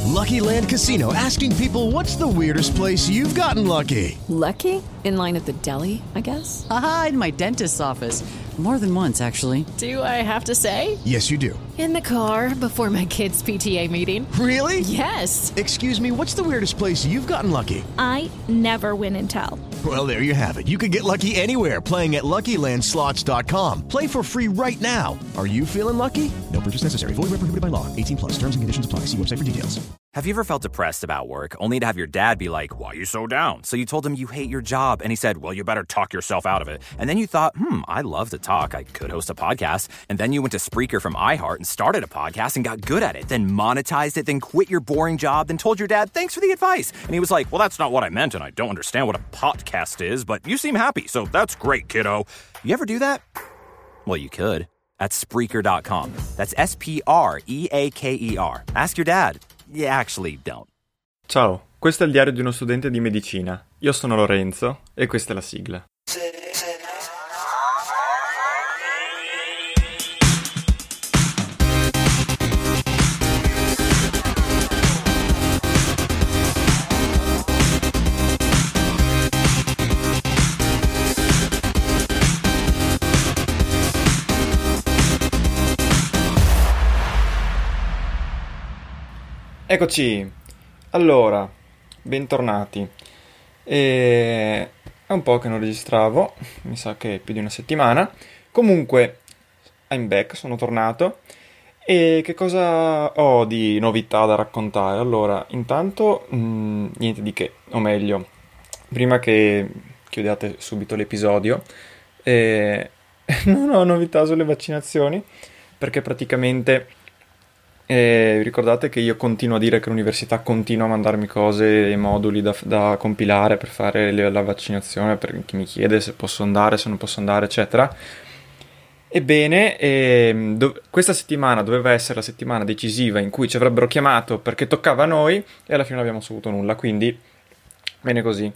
Lucky Land Casino, asking people, what's the weirdest place you've gotten lucky? Lucky? In line at the deli, I guess? Aha, in my dentist's office. More than once, actually. Do I have to say? Yes, you do. In the car before my kids' PTA meeting. Really? Yes. Excuse me, what's the weirdest place you've gotten lucky? I never win and tell. Well, there you have it. You can get lucky anywhere, playing at LuckyLandSlots.com. Play for free right now. Are you feeling lucky? No purchase necessary. Void where prohibited by law. 18 plus. Terms and conditions apply. See website for details. Have you ever felt depressed about work, only to have your dad be like, "Why are you so down?" So you told him you hate your job, and he said, "Well, you better talk yourself out of it." And then you thought, I love to talk. I could host a podcast. And then you went to Spreaker from iHeart and started a podcast and got good at it, then monetized it, then quit your boring job, then told your dad, "Thanks for the advice." And he was like, "Well, that's not what I meant, and I don't understand what a podcast is, but you seem happy, so that's great, kiddo." You ever do that? Well, you could. At Spreaker.com. That's Spreaker. Ask your dad. You actually don't. Ciao, questo è il diario di uno studente di medicina. Io sono Lorenzo e questa è la sigla. Eccoci, allora, bentornati. È un po' che non registravo, mi sa che è più di una settimana. Comunque, I'm back, sono tornato. E che cosa ho di novità da raccontare? Allora, intanto, niente di che, o meglio, prima che chiudiate subito l'episodio, non ho novità sulle vaccinazioni, perché praticamente... ricordate che io continuo a dire che l'università continua a mandarmi cose e moduli da compilare per fare la vaccinazione, per chi mi chiede se posso andare, se non posso andare, eccetera. Ebbene, questa settimana doveva essere la settimana decisiva in cui ci avrebbero chiamato perché toccava a noi e alla fine non abbiamo saputo nulla, quindi bene così.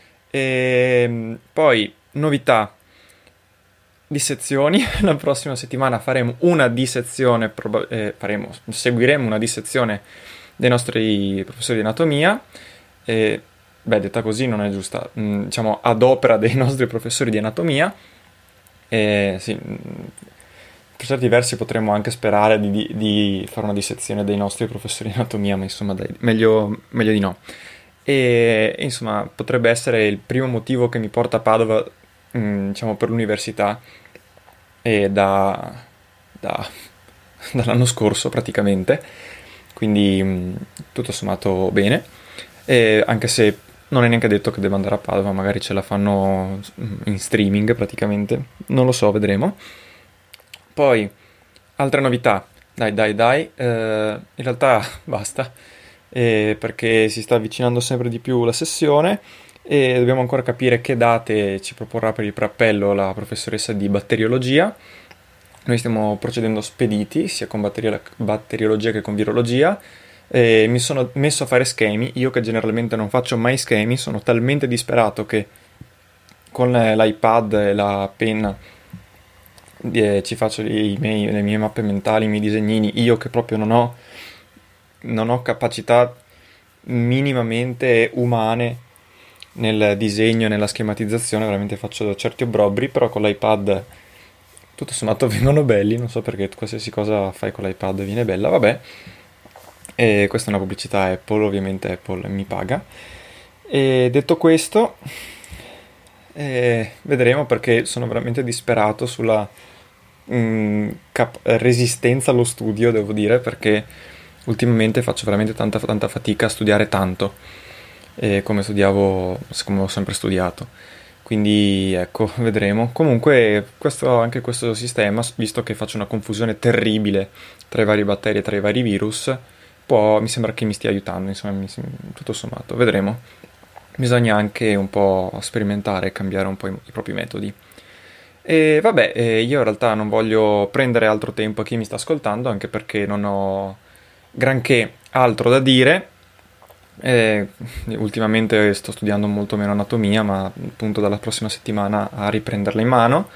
Poi, novità. Dissezioni, la prossima settimana faremo una dissezione, seguiremo una dissezione dei nostri professori di anatomia, detta così non è giusta, diciamo ad opera dei nostri professori di anatomia, sì, per certi versi potremmo anche sperare di fare una dissezione dei nostri professori di anatomia, ma insomma dai, meglio di no. E insomma potrebbe essere il primo motivo che mi porta a Padova, diciamo per l'università, e dall'anno scorso praticamente, quindi tutto sommato bene, anche se non è neanche detto che devo andare a Padova, magari ce la fanno in streaming praticamente, non lo so, vedremo. Poi altre novità, dai, in realtà basta, perché si sta avvicinando sempre di più la sessione e dobbiamo ancora capire che date ci proporrà per il preappello la professoressa di batteriologia. Noi stiamo procedendo spediti sia con batteriologia che con virologia. Mi sono messo a fare schemi, io che generalmente non faccio mai schemi, sono talmente disperato che con l'iPad e la penna ci faccio le mie mappe mentali, i miei disegnini, io che proprio non ho capacità minimamente umane nel disegno e nella schematizzazione, veramente faccio certi obbrobri, però con l'iPad tutto sommato vengono belli, non so perché qualsiasi cosa fai con l'iPad viene bella, vabbè. E questa è una pubblicità Apple, ovviamente Apple mi paga. E detto questo, vedremo, perché sono veramente disperato sulla resistenza allo studio, devo dire, perché ultimamente faccio veramente tanta fatica a studiare tanto, come ho sempre studiato. Quindi ecco, vedremo. Comunque anche questo sistema, visto che faccio una confusione terribile tra i vari batteri e tra i vari virus, mi sembra che mi stia aiutando, insomma, tutto sommato, vedremo. Bisogna anche un po' sperimentare e cambiare un po' i propri metodi. E vabbè, io in realtà non voglio prendere altro tempo a chi mi sta ascoltando, anche perché non ho granché altro da dire. Ultimamente sto studiando molto meno anatomia, ma appunto dalla prossima settimana a riprenderla in mano,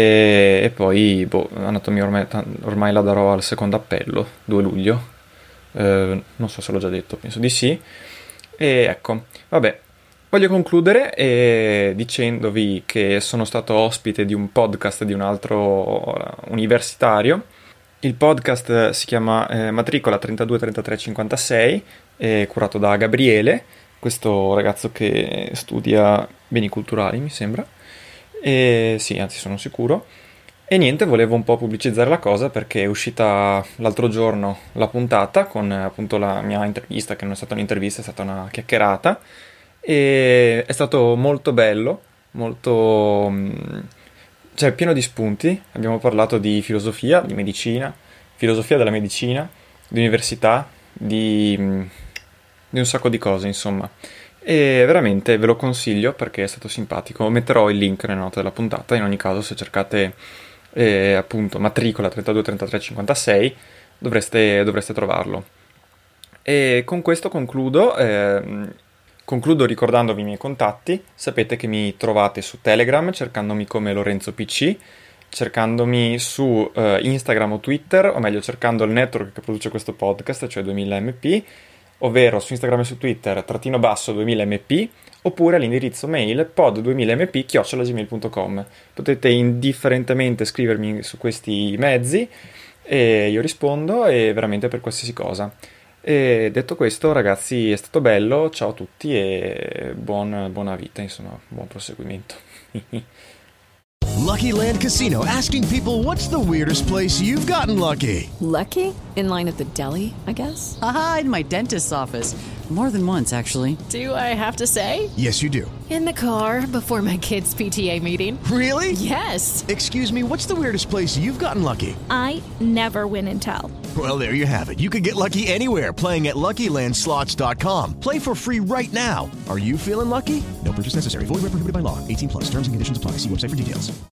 e poi anatomia ormai la darò al secondo appello, 2 luglio, non so se l'ho già detto, penso di sì. E ecco, vabbè, voglio concludere dicendovi che sono stato ospite di un podcast di un altro universitario. Il podcast si chiama Matricola 32 33 56, è curato da Gabriele, questo ragazzo che studia beni culturali, mi sembra. E sì, anzi sono sicuro. E niente, volevo un po' pubblicizzare la cosa perché è uscita l'altro giorno la puntata con appunto la mia intervista, che non è stata un'intervista, è stata una chiacchierata. E è stato molto bello, molto... cioè pieno di spunti. Abbiamo parlato di filosofia, di medicina, filosofia della medicina, di università, di un sacco di cose, insomma. E veramente ve lo consiglio perché è stato simpatico. Metterò il link nelle note della puntata. In ogni caso, se cercate appunto matricola 32 33 56 dovreste trovarlo. E con questo concludo. Concludo ricordandovi i miei contatti. Sapete che mi trovate su Telegram cercandomi come Lorenzo PC, cercandomi su Instagram o Twitter, o meglio cercando il network che produce questo podcast, cioè 2000mp, ovvero su Instagram e su Twitter _2000mp, oppure all'indirizzo mail pod2000mp@gmail.com. Potete indifferentemente scrivermi su questi mezzi e io rispondo, e veramente per qualsiasi cosa. E detto questo, ragazzi, è stato bello, ciao a tutti e buona vita, insomma, buon proseguimento. Lucky Land Casino, asking people, what's the weirdest place you've gotten lucky? Lucky? In line at the deli, I guess? Aha, in my dentist's office. More than once, actually. Do I have to say? Yes, you do. In the car before my kids' PTA meeting. Really? Yes. Excuse me, what's the weirdest place you've gotten lucky? I never win and tell. Well, there you have it. You can get lucky anywhere, playing at LuckyLandSlots.com. Play for free right now. Are you feeling lucky? No purchase necessary. Void where prohibited by law. 18+. Terms and conditions apply. See website for details.